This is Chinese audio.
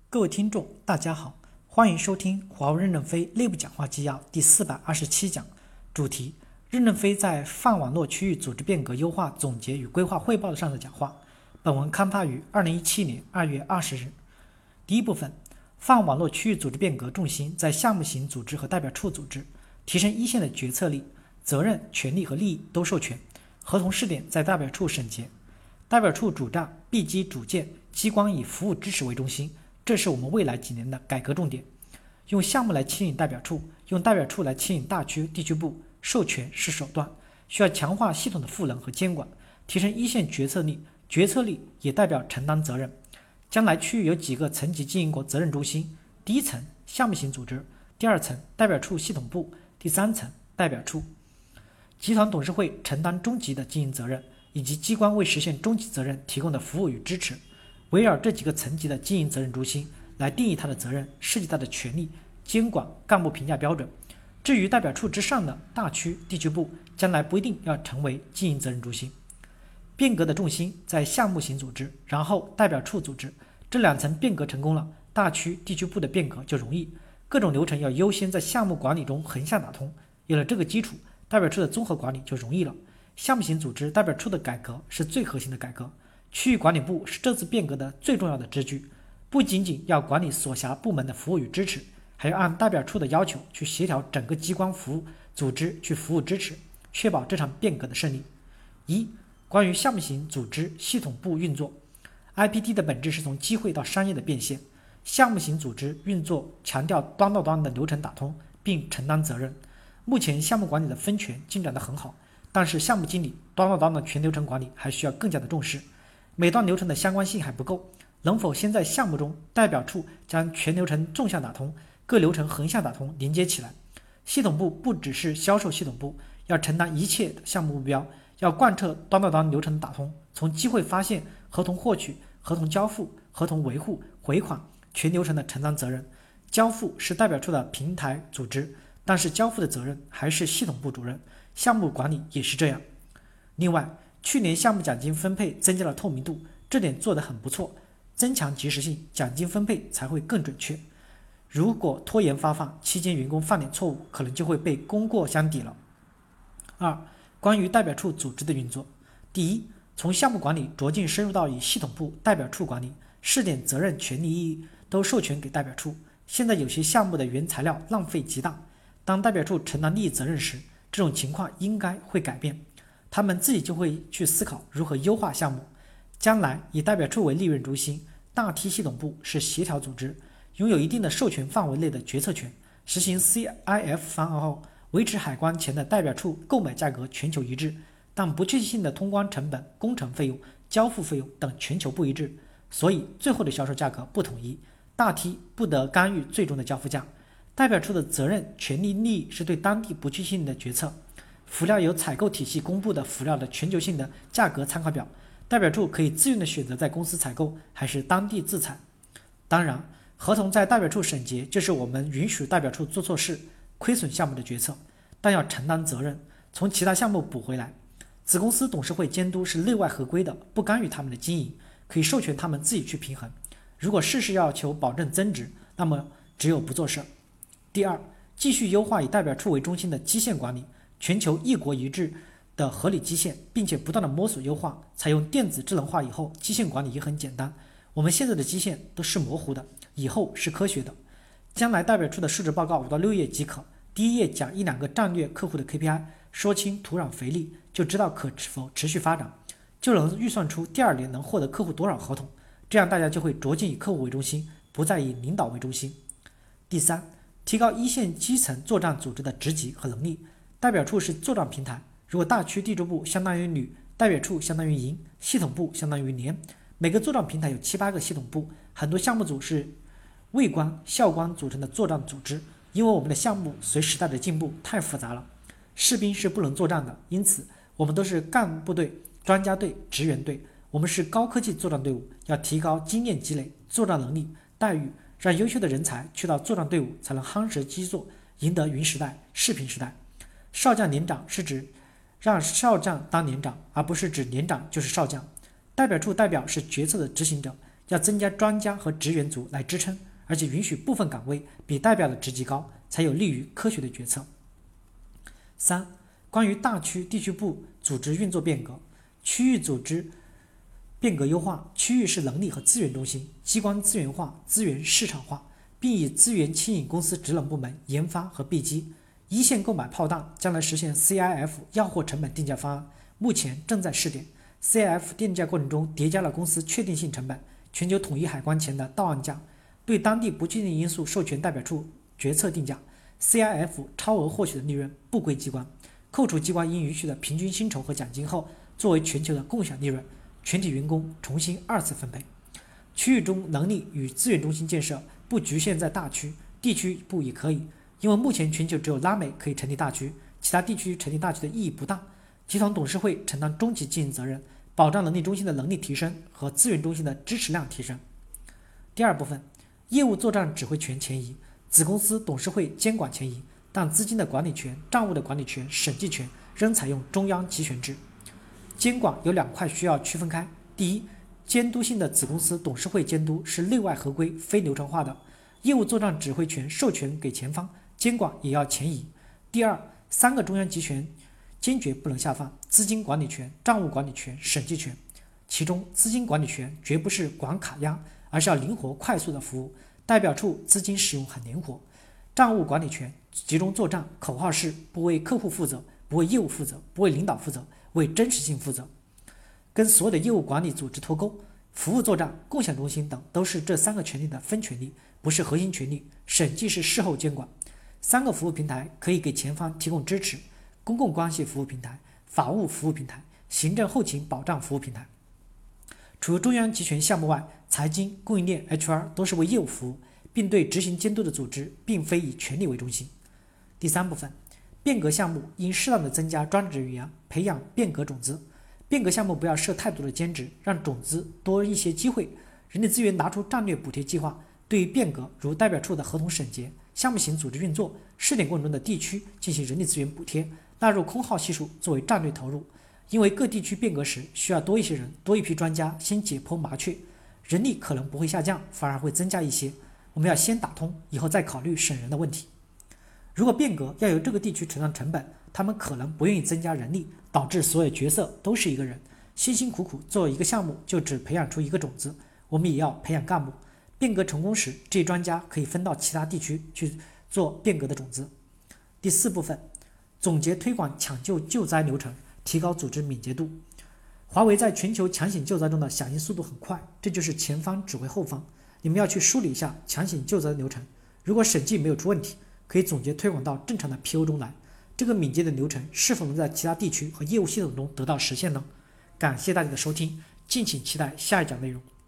各位听众，大家好，欢迎收听华为任正非内部讲话纪要第427讲，主题：任正非在泛网络区域组织变革优化总结与规划汇报上的讲话。本文刊发于2017年2月20日。第一部分，泛网络区域组织变革重心在项目型组织和代表处组织，提升一线的决策力、责任、权利和利益都授权。合同试点在代表处审结。代表处主战必机主建，机关以服务支持为中心，这是我们未来几年的改革重点。用项目来牵引代表处，用代表处来牵引大区、地区部，授权是手段，需要强化系统的赋能和监管，提升一线决策力。决策力也代表承担责任。将来区域有几个层级经营国责任中心：第一层项目型组织，第二层代表处系统部，第三层代表处。集团董事会承担中级的经营责任，以及机关为实现中级责任提供的服务与支持。围绕这几个层级的经营责任中心来定义它的责任，设计它的权利、监管、干部评价标准。至于代表处之上的大区、地区部，将来不一定要成为经营责任中心。变革的重心在项目型组织，然后代表处组织，这两层变革成功了，大区、地区部的变革就容易。各种流程要优先在项目管理中横向打通，有了这个基础，代表处的综合管理就容易了。项目型组织代表处的改革是最核心的改革，区域管理部是这次变革的最重要的支柱，不仅仅要管理所辖部门的服务与支持，还要按代表处的要求去协调整个机关服务组织去服务支持，确保这场变革的胜利。关于项目型组织系统部运作， IPD 的本质是从机会到商业的变现。项目型组织运作强调端到端的流程打通，并承担责任。目前项目管理的分权进展得很好，但是项目经理端到端的全流程管理还需要更加的重视，每段流程的相关性还不够，能否先在项目中代表处将全流程纵向打通，各流程横向打通连接起来。系统部不只是销售系统部，要承担一切的项目目标，要贯彻端到端流程打通，从机会发现、合同获取、合同交付、合同维护、回款全流程的承担责任。交付是代表处的平台组织，但是交付的责任还是系统部主任。项目管理也是这样。另外，去年项目奖金分配增加了透明度，这点做得很不错，增强及时性，奖金分配才会更准确。如果拖延发放，期间员工犯点错误，可能就会被功过相抵了。关于代表处组织的运作，第一，从项目管理逐渐深入到以系统部、代表处管理，试点责任、权利、义务都授权给代表处。现在有些项目的原材料浪费极大，当代表处承担利益责任时，这种情况应该会改变，他们自己就会去思考如何优化项目。将来以代表处为利润中心，大梯系统部是协调组织，拥有一定的授权范围内的决策权，实行 CIF 方案后，维持海关前的代表处购买价格全球一致，但不确定性的通关成本、工程费用、交付费用等全球不一致，所以最后的销售价格不统一。大梯不得干预最终的交付价。代表处的责任、权利、利益是对当地不确定性的决策。辅料由采购体系公布的辅料的全球性的价格参考表，代表处可以自愿的选择在公司采购还是当地自采。当然，合同在代表处审结，就是我们允许代表处做错事、亏损项目的决策，但要承担责任，从其他项目补回来。子公司董事会监督是内外合规的，不干预他们的经营，可以授权他们自己去平衡。如果事事要求保证增值，那么只有不做事。第二，继续优化以代表处为中心的基线管理，全球一国一制的合理基线，并且不断的摸索优化。采用电子智能化以后，基线管理也很简单。我们现在的基线都是模糊的，以后是科学的。将来代表处的述职报告5到6页即可，第一页讲1-2个战略客户的 KPI， 说清土壤肥力，就知道可否持续发展，就能预算出第2年能获得客户多少合同，这样大家就会着进以客户为中心，不再以领导为中心。第三，提高一线基层作战组织的职级和能力。代表处是作战平台，如果大区地支部相当于旅，代表处相当于营，系统部相当于连，每个作战平台有7-8个系统部，很多项目组是卫官、校官组成的作战组织。因为我们的项目随时代的进步太复杂了，士兵是不能作战的，因此我们都是干部队、专家队、职员队，我们是高科技作战队伍，要提高经验积累、作战能力、待遇，让优秀的人才去到作战队伍，才能夯实基座，赢得云时代、视频时代。少将连长是指让少将当连长，而不是指连长就是少将。代表处代表是决策的执行者， 要增加专家和职员组来支撑，而且允许部分岗位比代表的职级高，才有利于科学的决策。3、关于大区地区部组织运作变革，区域组织变革优化，区域是能力和资源中心，机关资源化、资源市场化，并以资源牵引公司职能部门研发和闭机，一线购买炮弹，将来实现 CIF 要货成本定价方案，目前正在试点。CIF 定价过程中叠加了公司确定性成本、全球统一海关前的到岸价，对当地不确定因素授权代表处决策定价。CIF 超额获取的利润不归机关，扣除机关应允许的平均薪酬和奖金后，作为全球的共享利润，全体员工重新二次分配。区域中能力与资源中心建设不局限在大区，地区部也可以，因为目前全球只有拉美可以成立大区，其他地区成立大区的意义不大。集团董事会承担终极经营责任，保障能力中心的能力提升和资源中心的支持量提升。第二部分，业务作战指挥权前移，子公司董事会监管前移，但资金的管理权、账务的管理权、审计权仍采用中央集权制。监管有2块需要区分开：第一，监督性的子公司董事会监督是内外合规、非流程化的，业务作战指挥权授权给前方，监管也要前移。第二，3个中央集权坚决不能下放：资金管理权、账务管理权、审计权。其中资金管理权绝不是管卡压，而是要灵活快速的服务，代表处资金使用很灵活。账务管理权集中作战，口号是不为客户负责，不为业务负责，不为领导负责，为真实性负责，跟所有的业务管理组织脱钩。服务作战、共享中心等都是这3个权利的分权利，不是核心权利。审计是事后监管。3个服务平台可以给前方提供支持：公共关系服务平台、法务服务平台、行政后勤保障服务平台。除中央集权项目外，财经、供应链、HR 都是为业务服务，并对执行监督的组织并非以权力为中心。第3部分，变革项目应适当的增加专职人员，培养变革种子。变革项目不要设太多的兼职，让种子多一些机会。人力资源拿出战略补贴计划，对于变革如代表处的合同审结、项目型组织运作、试点过程中的地区进行人力资源补贴，纳入空号系数作为战略投入。因为各地区变革时需要多一些人，多一批专家先解剖麻雀，人力可能不会下降，反而会增加一些。我们要先打通，以后再考虑省人的问题。如果变革要由这个地区承担成本，他们可能不愿意增加人力，导致所有角色都是一个人，辛辛苦苦做一个项目就只培养出一个种子。我们也要培养干部，变革成功时，这些专家可以分到其他地区去做变革的种子。第4部分，总结推广抢救救灾流程，提高组织敏捷度。华为在全球强险救灾中的响应速度很快，这就是前方指挥后方。你们要去梳理一下强险救灾流程，如果审计没有出问题，可以总结推广到正常的 PO 中来。这个敏捷的流程是否能在其他地区和业务系统中得到实现呢？感谢大家的收听，敬请期待下一讲内容。